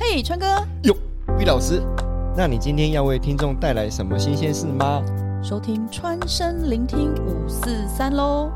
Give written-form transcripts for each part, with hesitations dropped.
嘿，川哥哟，V 老师，那你今天要为听众带来什么新鲜事吗？ 收听川声聆听543咯。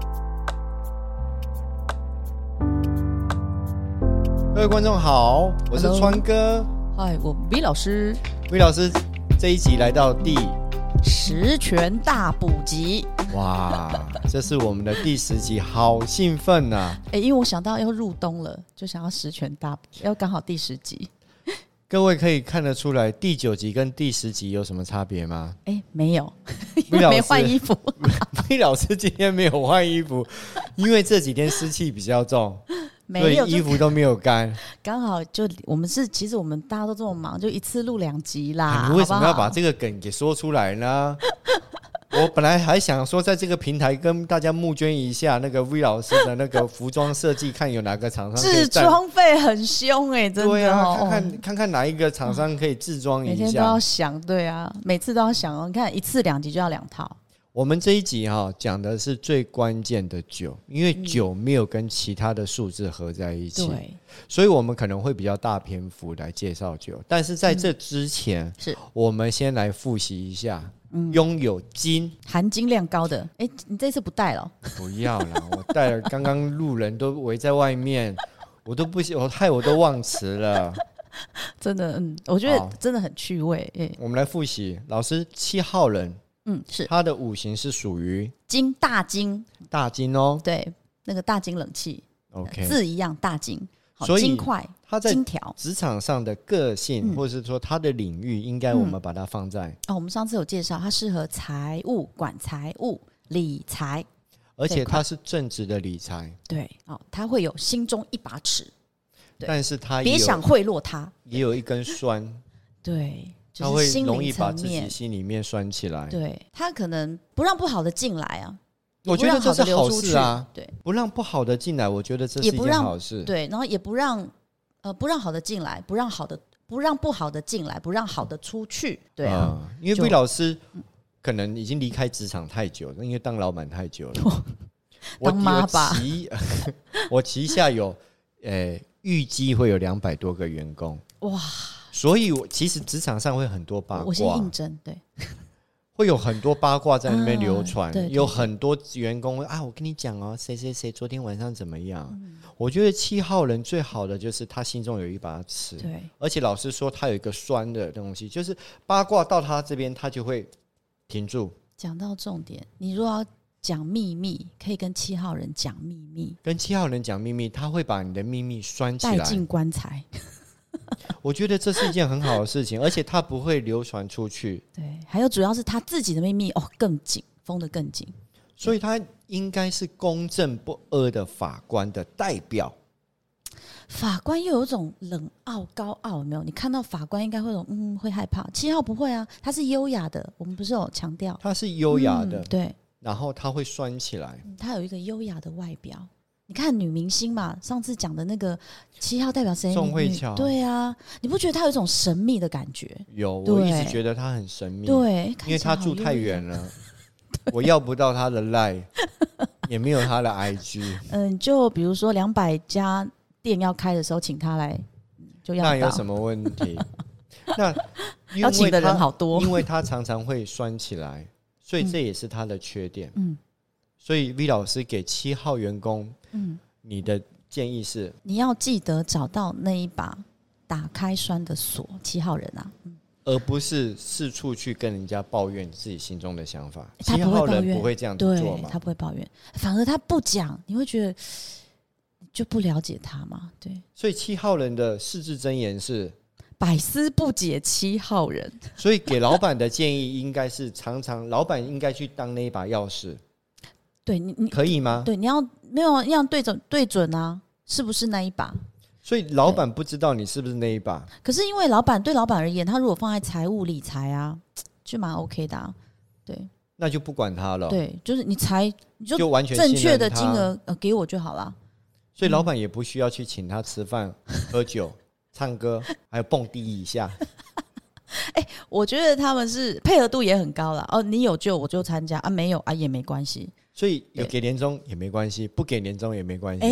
各位观众好，我是川哥。 嗨，我 V 老师。 V 老师这一集来到第十全大补集。 哇，这是我们的第10集，好兴奋啊！ 因为我想到要入冬了，就想要十全大补，要刚好第10集。 各位可以看得出来第9集跟第10集有什么差别吗？ 没有，因为没换衣服。 V 老师今天没有换衣服，因为这几天湿气比较重，所以衣服都没有干。 刚好就我们其实我们大家都这么忙，就一次录2集啦。 你为什么要把这个梗给说出来呢？我本来还想说在这个平台跟大家募捐一下那个 V 老师的那个服装设计，看有哪个厂商可以制装费很凶真的。 对啊，看看哪一个厂商可以制装一下。 每天都要想，对啊，每次都要想哦。你看一次2集就要2套。 我们这一集讲的是最关键的酒，因为酒没有跟其他的数字合在一起， 对， 所以我们可能会比较大篇幅来介绍酒。但是在这之前， 是我们先来复习一下。拥有金含金量高的，你这次不带了？ 不要啦，我带了，刚刚路人都围在外面，我都不害我都忘词了。 真的，我觉得真的很趣味。 我们来复习，老师7号人， 是他的五行是属于金，大金， 大金哦， 对，那个大金冷气 ，OK， 字一样大金， 所以金块， 他在金条， 职场上的个性，或者是说他的领域，应该我们把它放在我们上次有介绍，他适合财务、管财务、理财， 而且他是正直的理财， 对，他会有心中一把尺， 但是他别想贿赂他， 也有一根栓， 对， 他会容易把自己心里面拴起来， 对，他可能不让不好的进来啊。 我觉得这是好事啊， 对， 不让不好的进来，我觉得这是一件好事。 对，然后也不让好的进来，不让不好的进来，不让好的出去。对啊， 因为 V 老师可能已经离开职场太久了，因为当老板太久了。 当妈吧， 我旗下有预计会有200多个员工， 哇！ 所以其实职场上会很多八卦， 我先应征，对。 会有很多八卦在那边流传， 对， 有很多员工我跟你讲哦，谁谁谁昨天晚上怎么样？我觉得7号人最好的就是他心中有一把尺， 对， 而且老师说他有一个栓的东西，就是八卦到他这边，他就会停住。 讲到重点，你如果要讲秘密，可以跟7号人讲秘密， 跟7号人讲秘密，他会把你的秘密拴起来， 带进棺材。 我觉得这是一件很好的事情，而且它不会流传出去。 对，还有主要是他自己的秘密更紧，封得更紧， 所以他应该是公正不阿的法官的代表。 法官又有一种冷傲高傲，有没有？你看到法官应该会有会害怕。7号不会啊，他是优雅的，我们不是有强调他是优雅的， 对， 然后他会拴起来， 他有一个优雅的外表。你看女明星嘛，上次讲的那个7号代表谁？ 宋慧乔。 对啊，你不觉得她有一种神秘的感觉？ 有，我一直觉得她很神秘。 对， 因为她住太远了，我要不到她的 LINE， 也没有她的 IG。 就比如说200家店要开的时候，请她来，就要到。 那有什么问题？那要请的人好多， 因为她常常会拴起来，所以这也是她的缺点。所以 V 老师给7号员工，你的建议是， 你要记得找到那一把打开栓的锁，7号人啊， 而不是四处去跟人家抱怨自己心中的想法。 他不会抱怨， 7号人不会这样子做吗？ 他不会抱怨，反而他不讲，你会觉得就不了解他嘛？对， 所以7号人的四字真言是百思不解7号人。 所以给老板的建议应该是，常常老板应该去当那一把钥匙。 对，你可以吗？ 对，你要没有要对准啊，是不是那一把？ 所以老板不知道你是不是那一把。 可是因为对老板而言，他如果放在财务理财啊，就蛮 OK 的啊。对， 那就不管他了。 对，就是你就完全正确的金额给我就好了。 所以老板也不需要去请他吃饭、喝酒、唱歌，还有蹦迪一下。 我觉得他们是配合度也很高啦。你有就我就参加啊，没有啊也没关系。 所以有给年终也没关系，不给年终也没关系。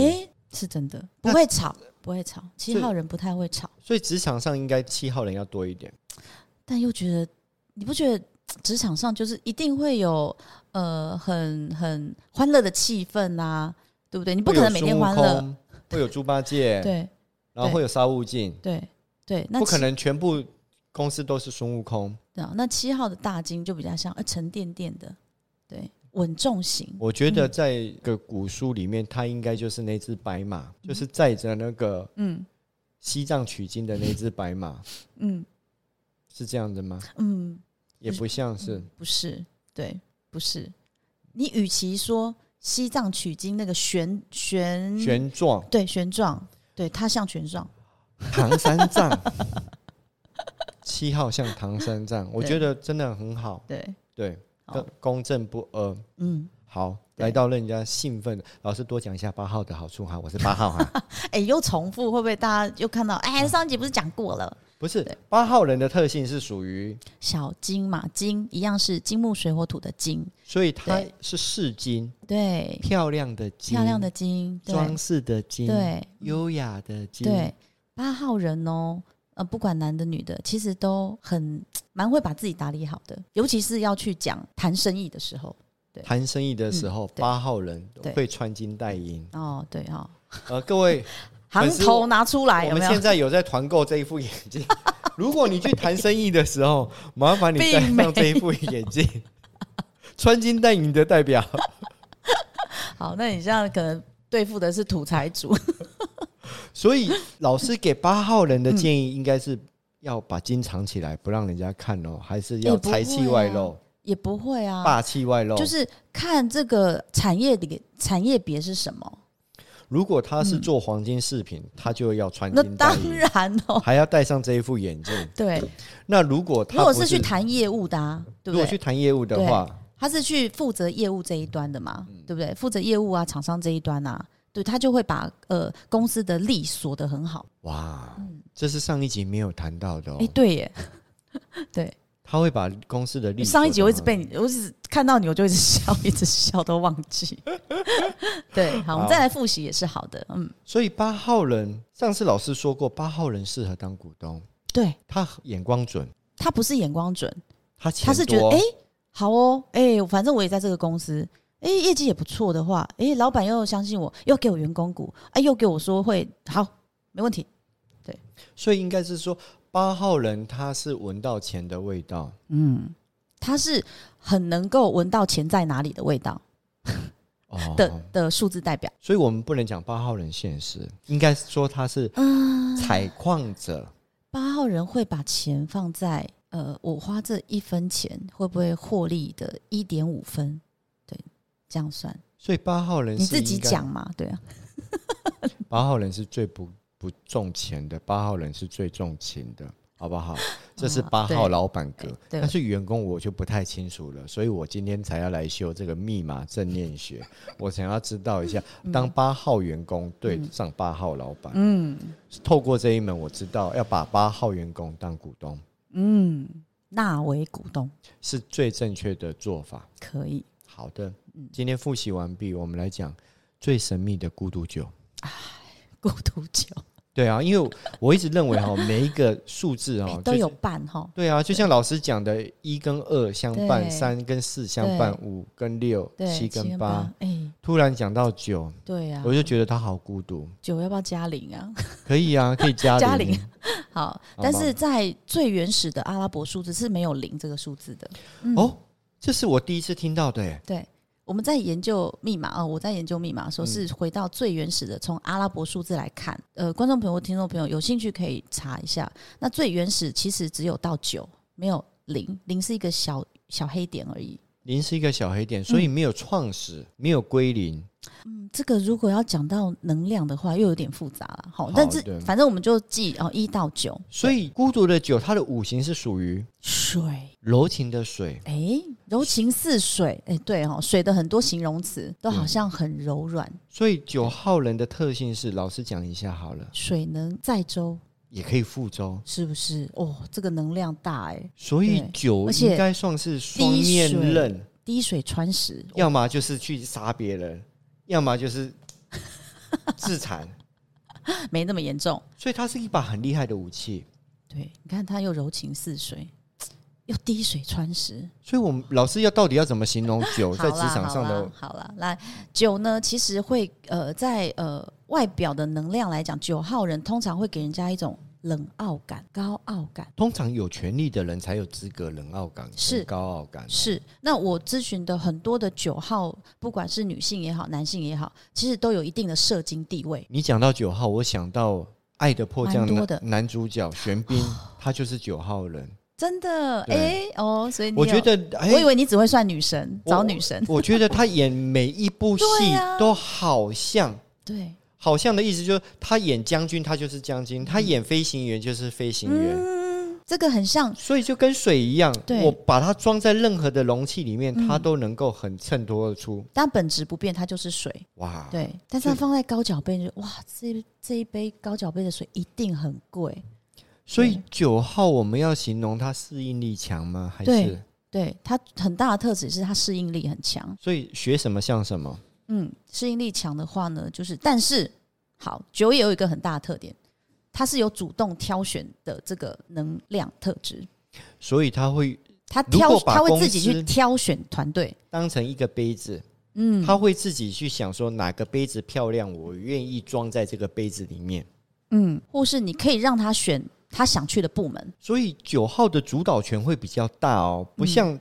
是真的不会吵，不会吵。7号人不太会吵， 所以职场上应该7号人要多一点。 但又觉得你不觉得职场上就是一定会有很欢乐的气氛啊，对不对？你不可能每天欢乐， 会有猪八戒， 对， 然后会有沙悟净， 对对，那不可能全部公司都是孙悟空。 那7号的大金就比较像沉甸甸的，对，稳重型。 我觉得在一个古书里面，它应该就是那只白马，就是载着那个西藏取经的那只白马。是这样的吗？也不像是， 不是，对，不是。你与其说西藏取经那个旋状， 对，旋状，对，它像旋状。 唐三藏7号像唐三藏，我觉得真的很好。对，公正不阿。好，来到人家兴奋，老师多讲一下8号的好处哈。我是8号哈。 又重复，会不会大家又看到？上一集不是讲过了？ 不是，8号人的特性是属于小金嘛，金一样是金木水火土的金， 所以它是饰金， 对， 漂亮的金，装饰的金， 对， 优雅的金， 对，8号人哦，不管男的女的，其实都蛮会把自己打理好的，尤其是要去谈生意的时候， 谈生意的时候，8号人会穿金戴银。 对各位。 行头拿出来，有没有？ 我们现在有在团购这一副眼镜。如果你去谈生意的时候，麻烦你戴上这一副眼镜，穿金戴银的代表。 好，那你这样可能对付的是土财主。 所以老师给8号人的建议应该是要把金藏起来，不让人家看哦，还是要财气外露？ 也不会啊， 霸气外露， 就是看这个产业别是什么。 如果他是做黄金饰品，他就要穿金戴银， 那当然哦， 还要戴上这一副眼镜。 对， 那如果是去谈业务的对不对？ 如果去谈业务的话， 他是去负责业务这一端的嘛，对不对？负责业务啊，厂商这一端啊，对，他就会把公司的利锁得很好。 哇，这是上一集没有谈到的哦。 对耶，对。 他会把公司的利上一集我一直我一直看到你，我就一直笑，一直笑都忘记。对，好，我们再来复习也是好的。 所以8号人，上次老师说过，8号人适合当股东。 对， 他眼光准， 他不是眼光准， 他是觉得好哦，反正我也在这个公司，业绩也不错的话，老板又相信我，又给我员工股，又给我说会好，没问题。对， 所以应该是说。8号人他是闻到钱的味道， 他是很能够闻到钱在哪里的味道的数字代表， 所以我们不能讲8号人现实，应该说他是采矿者。 8号人会把钱放在我花这1分钱会不会获利的1.5分，对，这样算。 所以8号人是你自己讲嘛，对啊。 8号人是最不重钱的，8号人是最重情的，好不好？这是8号老板格，但是员工我就不太清楚了，所以我今天才要来修这个密码正念学。我想要知道一下，当8号员工对上8号老板，透过这一门我知道要把8号员工当股东， 纳为股东是最正确的做法。 可以， 好的，今天复习完毕，我们来讲最神秘的孤独酒。 孤独酒。 对啊，因为我一直认为每一个数字都有伴对啊，就像老师讲的1跟2相伴，3跟4相伴，5跟6，7跟8。突然讲到9， 对啊， 我就觉得他好孤独。 9要不要加0啊？ 可以啊，可以加0。 好，但是在最原始的阿拉伯数字是没有0这个数字的。 这是我第一次听到的耶。 对。我们在研究密码我在研究密码的时候是回到最原始的，从阿拉伯数字来看。观众朋友、听众朋友有兴趣可以查一下。那最原始其实只有到9，没有0是一个小黑点而已。 0是一个小黑点，所以没有创始，没有归零。 这个如果要讲到能量的话，又有点复杂了。好，但是反正我们就记1到9。 所以孤独的9，它的五行是属于水， 柔情的水。 柔情似水。对水的很多形容词都好像很柔软。 所以9号人的特性是，老师讲一下好了。 水能载舟， 也可以覆舟， 是不是？这个能量大所以9应该算是双面刃， 滴水穿石， 要么就是去杀别人，要么就是自残， 没那么严重。 所以它是一把很厉害的武器。 对，你看它又柔情似水，又滴水穿石。 所以我们老师到底要怎么形容酒在职场上的？ 好啦，来，酒呢其实会在外表的能量来讲，9号人通常会给人家一种冷傲感、高傲感。 通常有权力的人才有资格冷傲感、 是高傲感。 是，那我咨询的很多的9号，不管是女性也好，男性也好，其实都有一定的社经地位。 你讲到9号，我想到《爱的迫降》男主角玄彬，他就是9号人。 真的所以我觉得我以为你只会算女神，找女神。 我觉得他演每一部戏都好像， 对， 好像的意思就是他演将军，他就是将军；他演飞行员就是飞行员。 这个很像， 所以就跟水一样，我把它装在任何的容器里面，它都能够很衬托而出。 但本质不变，它就是水。哇，对，但是它放在高脚杯，就哇，这一杯高脚杯的水一定很贵。 所以9号我们要形容它适应力强吗？还是对它很大的特质是它适应力很强。 所以学什么像什么。 适应力强的话呢，就是但是好，9也有一个很大的特点，它是有主动挑选的这个能量特质， 所以他会自己去挑选团队， 当成一个杯子。他会自己去想说哪个杯子漂亮，我愿意装在这个杯子里面。 或是你可以让他选他想去的部门。 所以9号的主导权会比较大哦，不像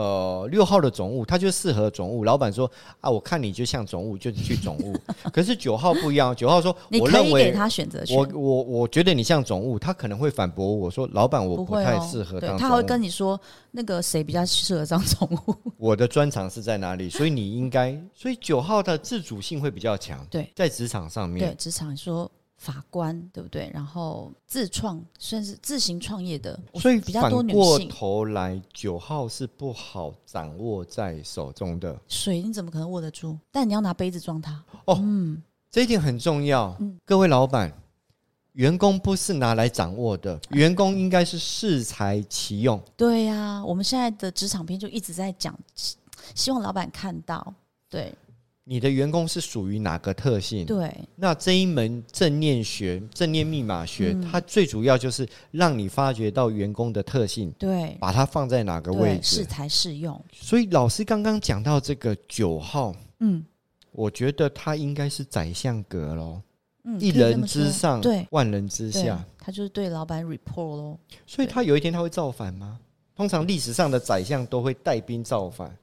6号的总务，他就适合总务。老板说啊，我看你就像总务，就去总务。可是9号不一样，9号说， 你可以给他选择权。 我觉得你像总务，他可能会反驳我说，老板我不太适合当总务。 他会跟你说，那个谁比较适合当总务？ 我的专长是在哪里？所以你应该，所以9号的自主性会比较强。 对， 在职场上面， 对职场说。法官对不对？然后自创算是自行创业的， 所以比较多女性。 反过头来，9号是不好掌握在手中的。 水你怎么可能握得住？但你要拿杯子装它。 这一点很重要。各位老板，员工不是拿来掌握的，员工应该是适才其用。 对呀，我们现在的职场篇就一直在讲，希望老板看到。对。 你的员工是属于哪个特性？ 对， 那这一门正念学、正念密码学，它最主要就是让你发掘到员工的特性， 对， 把它放在哪个位置， 适才适用。 所以老师刚刚讲到这个9号，我觉得他应该是宰相格咯，一人之上，万人之下， 他就是对老板 report 咯。 所以他有一天他会造反吗？通常历史上的宰相都会带兵造反。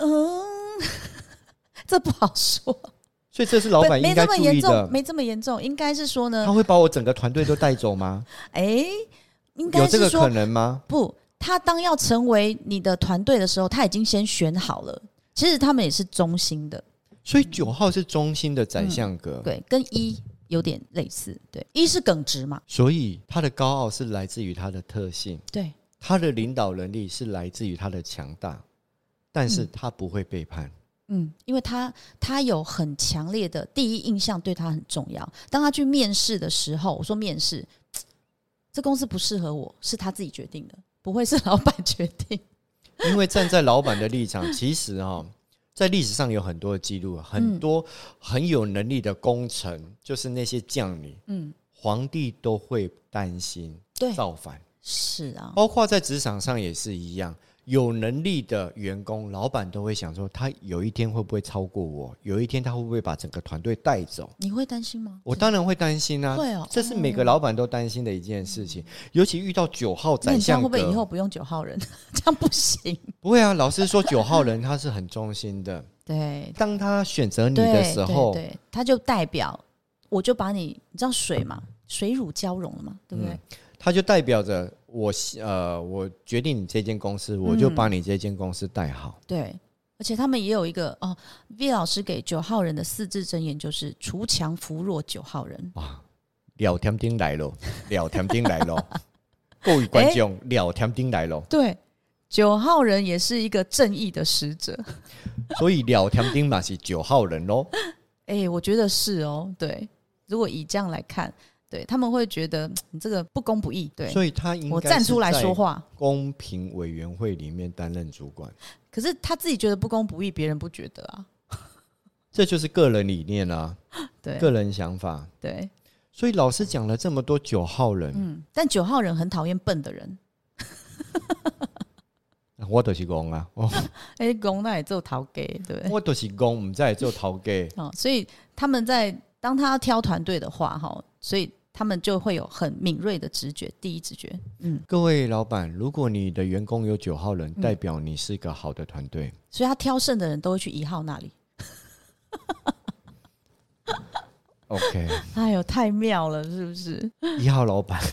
这不好说， 所以这是老板应该注意的。 没这么严重，应该是说呢， 他会把我整个团队都带走吗？ 应该是说有这个可能吗？ 不，他当要成为你的团队的时候，他已经先选好了。其实他们也是中心的， 所以9号是中心的宰相格， 对，跟1有点类似。对，1是耿直嘛， 所以他的高傲是来自于他的特性， 对， 他的领导能力是来自于他的强大，但是他不会背叛。 因为他有很强烈的第一印象，对他很重要。当他去面试的时候，我说面试，这公司不适合我，是他自己决定的，不会是老板决定。 因为站在老板的立场，其实在历史上有很多的记录，很多很有能力的功臣，就是那些将领，皇帝都会担心造反。 是啊， 包括在职场上也是一样。有能力的员工，老板都会想说，他有一天会不会超过我？有一天他会不会把整个团队带走？ 你会担心吗？ 我当然会担心啊，这是每个老板都担心的一件事情。尤其遇到9号宰相格， 会不会以后不用9号人？这样不行。 不会啊，老师说9号人他是很忠心的。 对， 当他选择你的时候， 对，他就代表，我就把你知道水嘛，水乳交融了嘛，对不对？ 他就代表着我决定你这间公司，我就把你这间公司带好。 对，而且他们也有一个V 老师给9号人的4字真言，就是锄强扶弱9号人。 哇，廖添丁来了，廖添丁来了，各位观众，廖添丁来了。 对，9号人也是一个正义的使者， 所以廖添丁嘛是9号人咯。 我觉得是哦。对，如果以这样来看。对，他们会觉得你这个不公不义，对， 所以他应该我站出来说话， 公平委员会里面担任主管。 可是他自己觉得不公不义，别人不觉得啊。 这就是个人理念啊， 对， 个人想法。 对， 所以老师讲了这么多9号人， 但9号人很讨厌笨的人。 我就是讲啊， 讲那也只有头家，对不对？ 我就是讲，不再做头家。 所以他们当他要挑团队的话，所以他们就会有很敏锐的直觉，第一直觉。 各位老板，如果你的员工有9号人，代表你是一个好的团队。 所以他挑剩的人都会去1号那里。 OK， 哎呦，太妙了，是不是 ？1号老板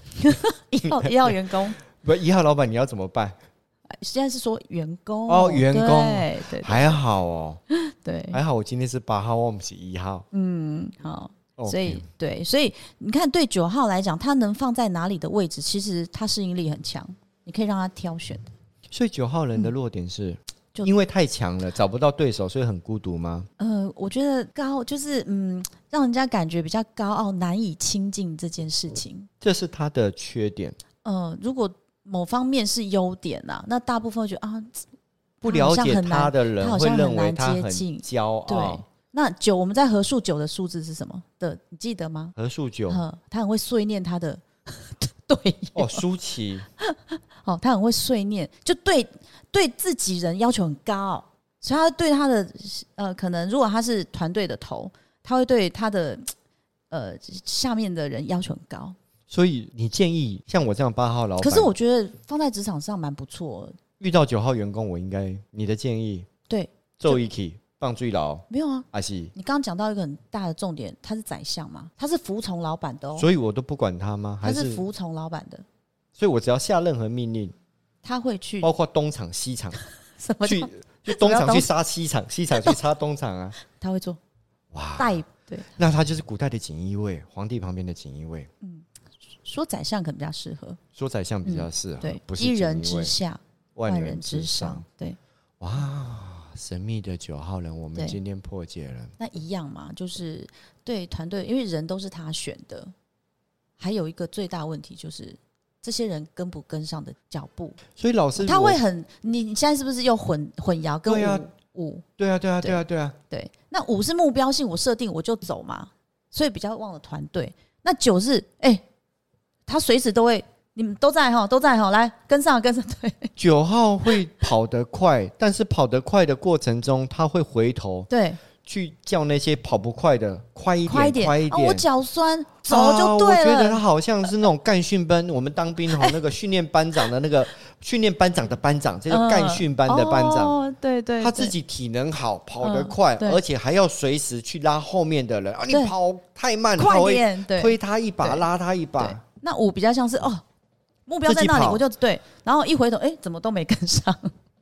1号员工不，1号老板你要怎么办？ 现在是说员工员工对， 还好哦， 对， 还好我今天是8号，我们是1号。 好。 Okay. 所以对，所以你看，对9号来讲，他能放在哪里的位置，其实他适应力很强，你可以让他挑选的。 所以9号人的弱点是，因为太强了，找不到对手，所以很孤独吗？ 我觉得就是让人家感觉比较高傲，难以亲近这件事情， 这是他的缺点。 如果某方面是优点啊，那大部分会觉得不了解他的人会认为他很骄傲。 对。那9，我们在合数9的数字是什么的？你记得吗？ 合数9， 他很会碎念他的队友。 舒淇。 他很会碎念，就对自己人要求很高，所以他对他的可能如果他是团队的头，他会对他的下面的人要求很高。 所以你建议像我这样8号老板， 可是我觉得放在职场上蛮不错的。 遇到9号员工，我应该你的建议对做一起。放最牢没有啊？ 还是你刚刚讲到一个很大的重点，他是宰相嘛，他是服从老板的哦， 所以我都不管他吗？ 他是服从老板的， 所以我只要下任何命令， 他会去， 包括东厂西厂， 什么去东厂去杀西厂，西厂去杀东厂啊， 他会做。 哇， 对， 那他就是古代的锦衣卫，皇帝旁边的锦衣卫。 说宰相可能比较适合， 说宰相比较适合， 对， 不是一人之下，万人之上，对， 哇。神秘的9号人，我们今天破解了。 那一样嘛，就是对团队，因为人都是他选的，还有一个最大问题就是这些人跟不跟上的脚步。 所以老师他会你现在是不是又混淆跟5？ 对啊， 对，那5是目标性，我设定我就走嘛，所以比较忘了团队。那9是他随时都会。你们都在来跟上对。 9号会跑得快，但是跑得快的过程中，他会回头对去叫那些跑不快的快一点。 我脚酸，走就对了。 我觉得他好像是那种干训班，我们当兵那个训练班长的那个训练班长的班长，这个干训班的班长。 对， 他自己体能好，跑得快，而且还要随时去拉后面的人。你跑太慢， 快点， 推他一把，拉他一把。 那5比较像是目标在那里，我就对，然后一回头，怎么都没跟上。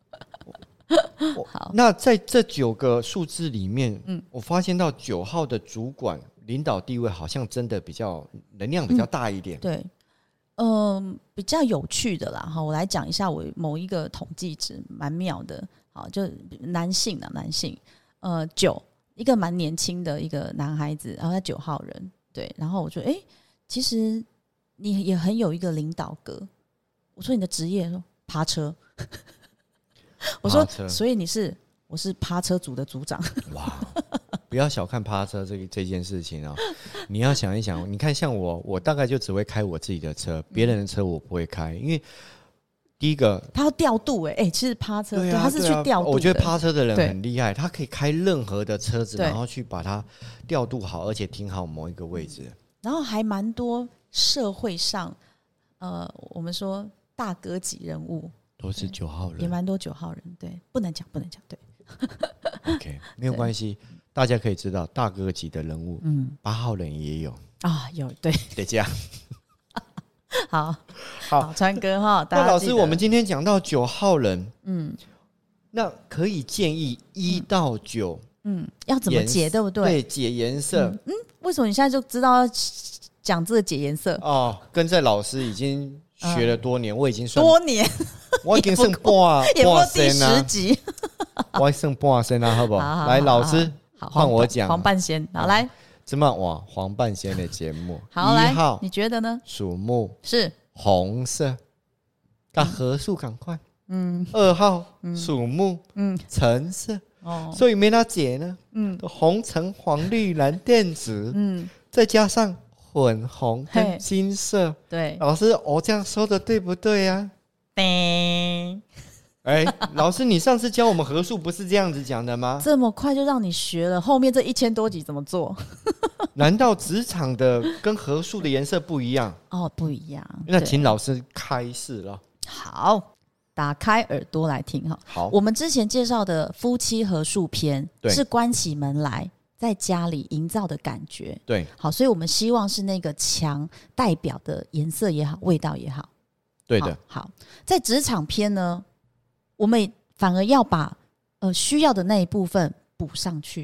好，那在这9个数字里面，我发现到9号的主管领导地位好像真的比较能量比较大一点。 对，比较有趣的啦。我来讲一下我某一个统计值，蛮妙的。好，就男性9，一个蛮年轻的一个男孩子，然后他9号人，对，然后我就其实。你也很有一个领导格。我说你的职业，说趴车。我说，所以我是趴车组的组长。 哇，不要小看趴车这件事情啊！你要想一想，你看像我大概就只会开我自己的车，别人的车我不会开，因为第一个他要调度其实趴车对他是去调度的。 我觉得趴车的人很厉害，他可以开任何的车子，然后去把它调度好，而且停好某一个位置。 然后还蛮多社会上，我们说大哥级人物都是9号人， 也蛮多9号人，对，不能讲，对。 OK， 没有关系，大家可以知道大哥级的人物，8号人也有有，对， 得这样。 好，川哥那老师，我们今天讲到9号人，那可以建议1到9， 要怎么解，对不对？ 对，解颜色。 为什么你现在就知道要讲这个解颜色？ 跟着老师已经学了多年，我已经算多年， 我已经剩半第10集， 我剩半身了，好不好？来，老师换我讲黄半仙，好来， 怎么哇？黄半仙的节目， 好 1号， 你觉得呢？ 属木， 是红色，合数赶快。2号属木，橙色。 所以没那解呢，红橙黄绿蓝靛紫，再加上混红跟金色， 对， 老师，我这样说的对不对啊？ 叮， 老师，你上次教我们合数不是这样子讲的吗？ 这么快就让你学了，后面这1000多集怎么做？ 难道职场的跟合数的颜色不一样？ 不一样。 那请老师开示了。 好，打开耳朵来听哈。 好， 我们之前介绍的夫妻合数篇是关起门来在家里营造的感觉。 对， 好，所以我们希望是那个墙代表的颜色也好，味道也好。 对的。 好，在职场篇呢，我们反而要把需要的那一部分补上去。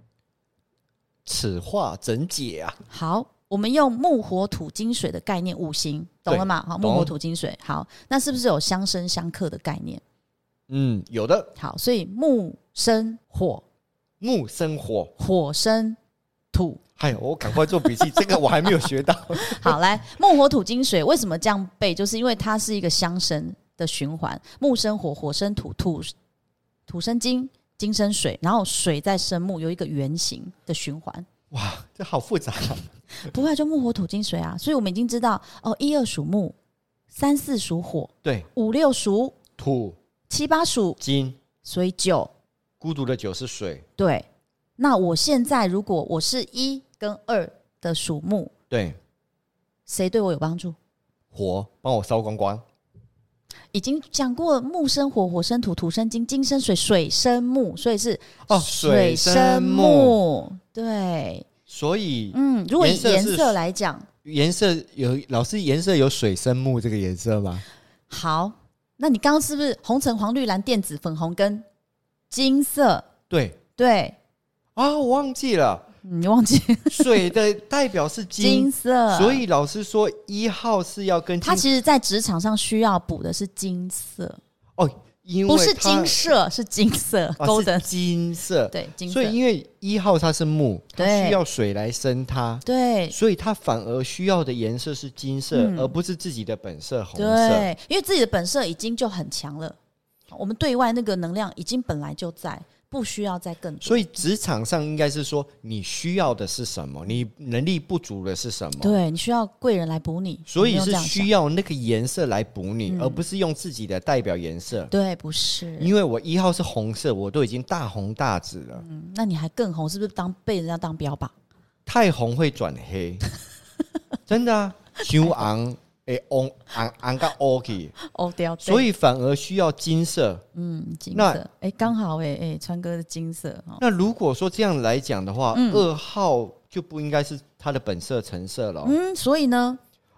此话怎解啊？ 好，我们用木火土金水的概念，5行懂了吗？好，木火土金水。好，那是不是有相生相克的概念？ 有的。 好，所以木生火， 木生火， 火生土。 哎呦，我赶快做笔记，这个我还没有学到。 好，来，木火土金水为什么这样背？就是因为它是一个相生的循环，木生火，火生土，土生金，金生水，然后水再生木，有一个圆形的循环。 哇，这好复杂啊！ 不会，就木火土金水啊。所以我们已经知道1、2属木，3、4属火， 对 ，5、6属土 ，7、8属金， 所以9， 孤独的9是水。 对，那我现在如果我是1跟2的属木， 对， 谁对我有帮助？ 火，帮我烧光光。 已经讲过，木生火，火生土，土生金，金生水，水生木，所以是水生木。对， 所以如果以颜色来讲， 颜色有老师颜色有水生木这个颜色吗？ 好，那你刚刚是不是红橙黄绿蓝靛紫粉红跟金色？ 对啊，我忘记了。 你忘记水的代表是金色， 所以老师说1号是要跟他其实在职场上需要补的是金色因为不是金色，是金色， 是金色， 对，金色。 所以因为1号它是木，它需要水来生它， 对， 所以它反而需要的颜色是金色，而不是自己的本色红色。 对，因为自己的本色已经就很强了，我们对外那个能量已经本来就在。不需要再更多， 所以职场上应该是说你需要的是什么，你能力不足的是什么， 对，你需要贵人来补你， 所以是需要那个颜色来补你，而不是用自己的代表颜色。 对，不是， 因为我1号是红色，我都已经大红大紫了， 那你还更红，是不是被人家当标靶？ 太红会转黑，真的啊，太红红到黑去，所以反而需要金色。 金色，刚好川哥的金色。 那如果说这样来讲的话，2号就不应该是他的本色橙色了。 所以呢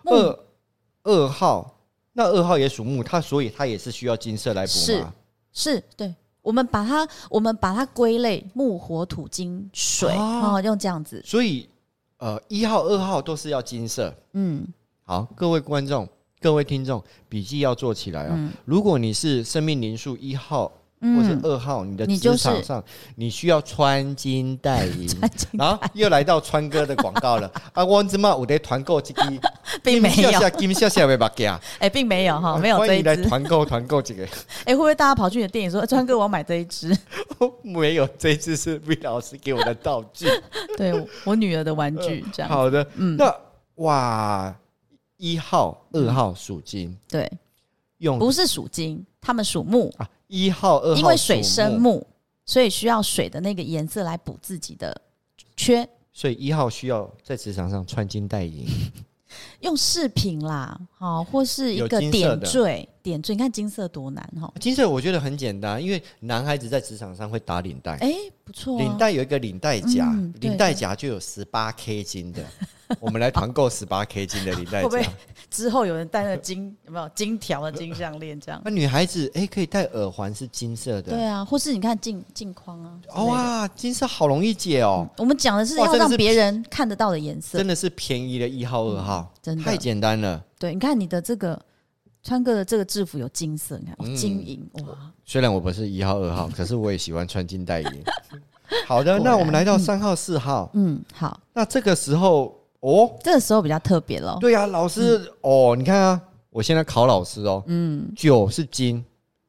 ，2号，那2号也属木，所以他也是需要金色来补嘛。 是，对，我们把它归类木火土金水用这样子。 所以1号、2号都是要金色。好，各位观众、各位听众，笔记要做起来哦。如果你是生命灵数1号或是2号，你的职场上你需要穿金戴银，然后又来到川哥的广告了啊！我怎么有在团购这个？ 并没有， 金笑笑的目镜， 并没有哈，没有这一支。 欢迎来团购这个。 会不会大家跑去你的店里说，川哥我要买这一支？ 没有，这一支是 V 老师给我的道具， 对我女儿的玩具，这样。 好的，那哇。1号、2号属金， 对，不是属金，他们属木啊。1号、2号因为水生木，所以需要水的那个颜色来补自己的缺。 所以1号需要在职场上穿金戴银， 用饰品啦，或是一个点缀。你看金色多难哈！ 金色我觉得很简单，因为男孩子在职场上会打领带， 不错。 领带有一个领带夹，领带夹就有18K 金的。我们来团购18K 金的领带夹， 会不会之后有人戴那个金有没有金条的金项链这样？ 那女孩子可以戴耳环是金色的， 对啊，或是你看镜框啊， 哇，金色好容易解哦。 我们讲的是要让别人看得到的颜色， 真的是便宜的1号、2号， 真的太简单了。 对，你看你的这个川哥的这个制服有金色，你看金银哇。虽然我不是1号、2号，可是我也喜欢穿金戴银。好的，那我们来到3号、4号。 好， 那这个时候。 这个时候比较特别了。 对啊，老师你看啊，我现在考老师9是金，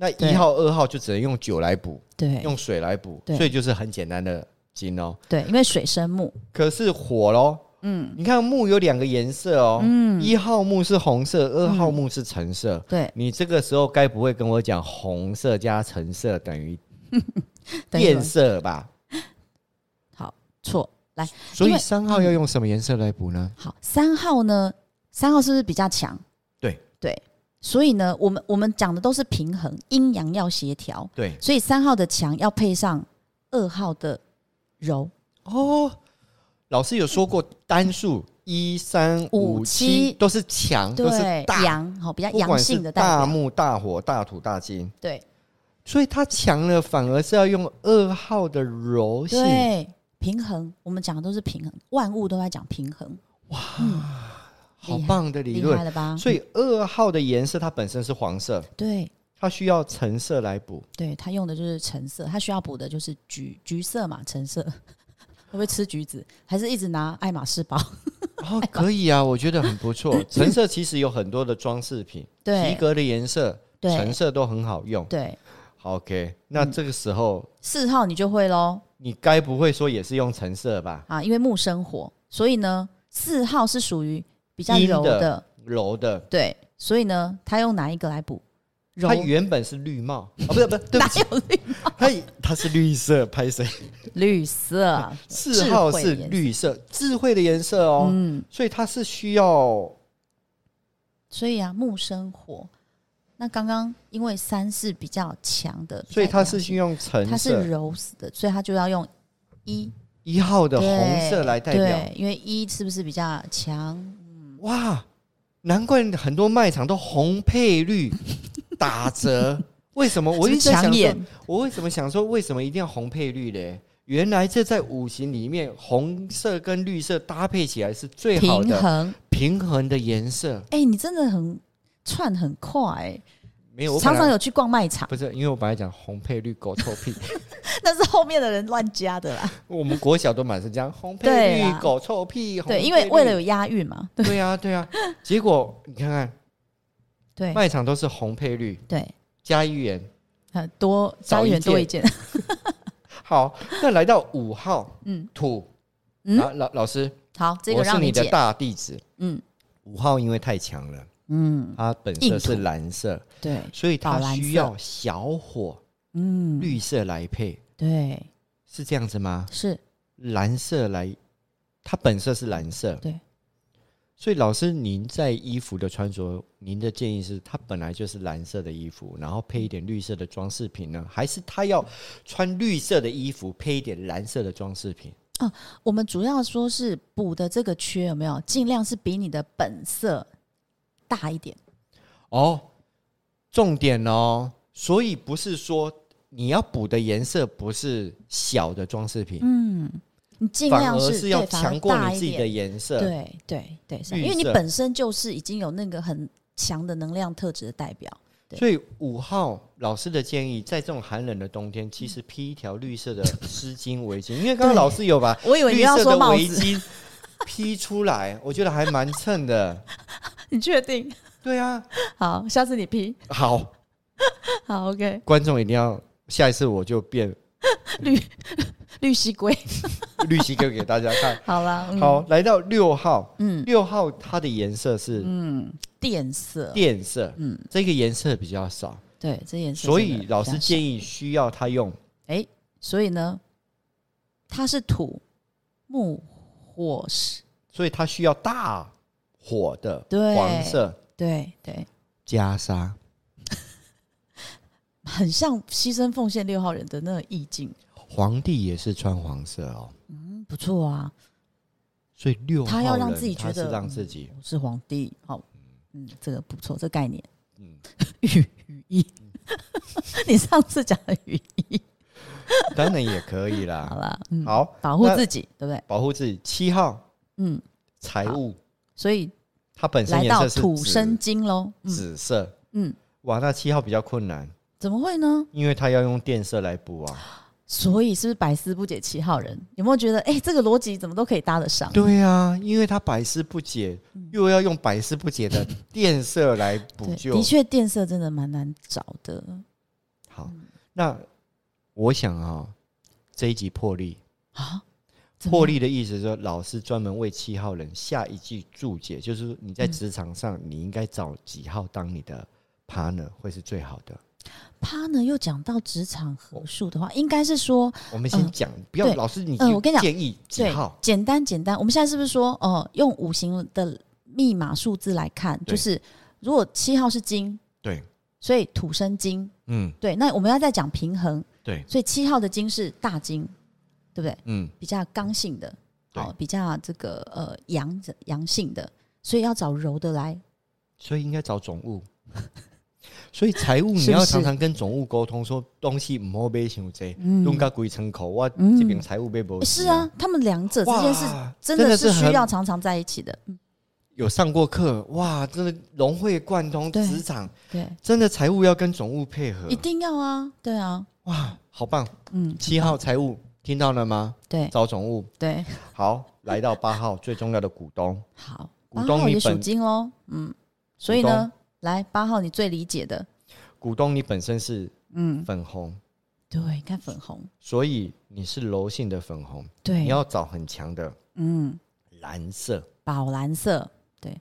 那1号2号就只能用酒来补， 对， 用水来补，所以就是很简单的金哦。 对，因为水生木。 可是火咯，你看木有2个颜色哦，1号木是红色，2号木是橙色。 对， 你这个时候该不会跟我讲红色加橙色等于变色吧？ 好，错。来， 所以3号要用什么颜色来补呢？ 好，3号呢？3号是不是比较强？对，所以呢，我们讲的都是平衡，阴阳要协调。 对， 所以3号的强要配上2号的柔。 哦，老师有说过单数1、3、5、7都是强，都是大阳，比较阳性的代表， 大木、大火、大土、大金。 对， 所以它强了，反而是要用2号的柔性。 对，平衡，我们讲的都是平衡，万物都在讲平衡。 哇，好棒的理论， 厉害了吧？ 所以2号的颜色它本身是黄色， 对， 它需要橙色来补。 对，它用的就是橙色，它需要补的就是橘色嘛，橙色。会不会吃橘子？还是一直拿爱马仕包？ 哦，可以啊，我觉得很不错。橙色其实有很多的装饰品，皮革的颜色，橙色都很好用。 对。 OK， 那这个时候 4号你就会咯， 你该不会说也是用橙色吧？ 啊，因为木生火，所以呢4号是属于比较柔的，对，所以呢他用哪一个来补？ 它原本是绿帽，不是，对不起， 哪有绿帽？ 它是绿色，拍谁？ 绿色 ，4号是绿色，智慧的颜色哦。所以它是需要， 所以啊，木生火。那刚刚因为3是比较强的， 所以它是用橙色， 它是柔的，所以它就要用 1号的红色来代表。 对，因为1是不是比较强？ 哇，难怪很多卖场都红配绿打折。为什么？我一直在想说，我为什么想说为什么一定要红配绿嘞？原来这在五行里面，红色跟绿色搭配起来是最好的平衡的颜色。 你真的串很快没有，我常常有去逛卖场。 不是，因为我本来讲红配绿狗臭屁， 那是后面的人乱加的啦。 我们国小都满是这样，红配绿狗臭屁。 对，因为为了有押韵嘛。 对啊，对啊。结果你看看， 对， 卖场都是红配绿， 对， 加1元， 多加1元多一件。 好，那来到5号，土，老师， 好，这个让我是你的大弟子。5号因为太强了。它本色是蓝色， 对， 所以它需要小火，绿色来配， 对， 是这样子吗？ 是蓝色来，它本色是蓝色， 对。 所以老师，您在衣服的穿着，您的建议是，它本来就是蓝色的衣服，然后配一点绿色的装饰品呢，还是他要穿绿色的衣服配一点蓝色的装饰品？ 我们主要说是补的这个缺有没有，尽量是比你的本色大一点哦，重点哦，所以不是说你要补的颜色不是小的装饰品， 你尽量反而是要强过你自己的颜色， 对对对，因为你本身就是已经有那个很强的能量特质的代表。 所以5号老师的建议，在这种寒冷的冬天，其实披一条绿色的丝巾围巾，因为刚刚老师有把我以为你要说帽子绿色的围巾披出来，我觉得还蛮衬的。 你确定？ 对啊。 好，下次你披。 好 ，OK。 观众一定要，下一次我就变绿蜥龟， 绿蜥龟给大家看。 好啦， 好，来到6号，6号它的颜色是靛色， 这个颜色比较少， 对，这颜色， 所以老师建议需要他用， 所以呢，它是土木火石， 所以它需要大火的黄色， 对对， 袈裟， 很像牺牲奉献6号人的那个意境。 皇帝也是穿黄色哦， 不错啊。 所以6号人他要让自己觉得他是让自己是皇帝，这个不错，这概念，羽翼，你上次讲的羽翼， 当然也可以啦。 好啦， 好， 保护自己，对不对？ 保护自己。7号，财务， 所以它本身来到颜色是土生金咯， 紫色，哇，那7号比较困难， 怎么会呢？ 因为它要用靛色来补啊。 所以是不是百思不解7号人？有没有觉得这个逻辑怎么都可以搭得上？ 对啊，因为他百思不解，又要用百思不解的靛色来补救。 的确，靛色真的蛮难找的。 好，那我想这一集破例啊， 破例的意思是说，老师专门为7号人下一句注解，就是说你在职场上你应该找几号当你的 partner 会是最好的。 partner 又讲到职场合数的话，应该是说， 我们先讲，不要老师你我跟你讲建议几号？ 简单，我们现在是不是说，用五行的密码数字来看，就是如果7号是金， 对， 所以土生金，对，那我们要再讲平衡， 对， 所以7号的金是大金，对不对？比较刚性的，比较这个阳性的，所以要找柔的来， 所以应该找总务。所以财务你要常常跟总务沟通，说东西不要买太多，用到几层口，我这边财务买不起。 是啊，他们两者之间是真的是需要常常在一起的。 有上过课，哇，真的融会贯通职场， 对， 真的财务要跟总务配合， 一定要啊，对啊， 哇，好棒，7号财务听到了吗？ 对， 找总务， 对， 好，来到8号最重要的股东， 好， 股东也属金咯，所以呢，来8号你最理解的股东，你本身是粉红， 对，看粉红， 所以你是柔性的粉红， 对， 你要找很强的蓝色， 宝蓝色，对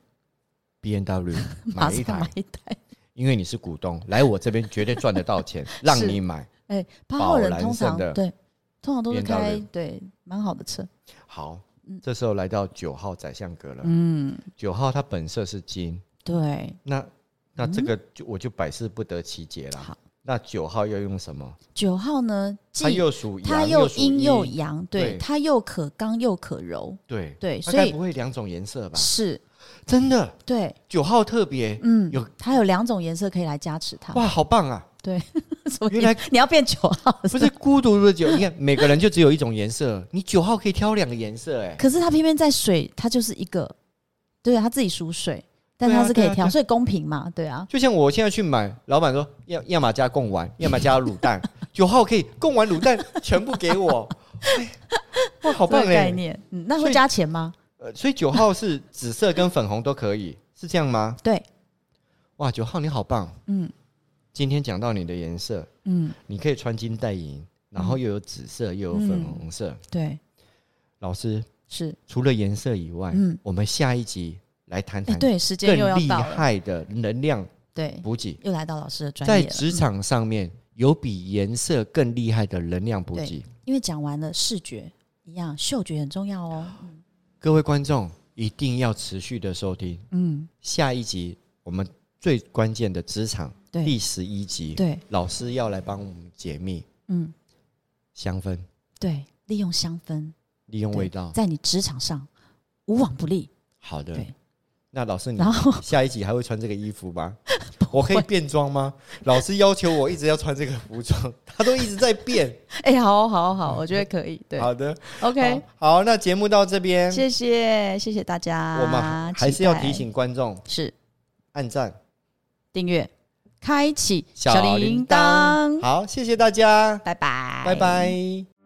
，BMW 买一台， 因为你是股东，来我这边绝对赚得到钱，让你买。 8号人通常都是开对蛮好的车。 好，这时候来到9号宰相格了。9号它本色是金， 对， 那这个我就百思不得其解了。好，那9号要用什么 ？9号呢？ 它又属阳， 它又阴又阳，对，它又可刚又可柔， 对， 所以不会2种颜色吧？ 是， 真的， 对 ，9号特别， 它有2种颜色可以来加持它。 哇，好棒啊！ 对， 原来你要变9号， 不是孤独的9，你看每个人就只有一种颜色，你9号可以挑2个颜色， 可是它偏偏在水，它就是一个，对啊，它自己属水。但它是可以挑，所以公平嘛，对啊。 就像我现在去买，老板说要么加贡丸，要么加卤蛋，9号可以贡丸卤蛋全部给我，哇，好棒概念。那会加钱吗？ 所以9号是紫色跟粉红都可以，是这样吗？ 对。 哇，9号你好棒，今天讲到你的颜色，你可以穿金戴银，然后又有紫色又有粉红色， 对。 老师是除了颜色以外，我们下一集来谈谈对时间又要更厉害的能量补给， 又来到老师的专业了。 在职场上面有比颜色更厉害的能量补给。 因为讲完了视觉一样，嗅觉很重要哦。 各位观众一定要持续的收听。下一集我们最关键的职场第11集，对，老师要来帮我们解密。香氛，对，利用香氛，利用味道，在你职场上无往不利。好的。对，那老师，你下一集还会穿这个衣服吗？我可以变装吗？老师要求我一直要穿这个服装，他都一直在变。好，我觉得可以。对，好的 ，OK， 好，那节目到这边，谢谢大家。我们还是要提醒观众是按赞、订阅、开启小铃铛。好，谢谢大家，拜拜，拜拜。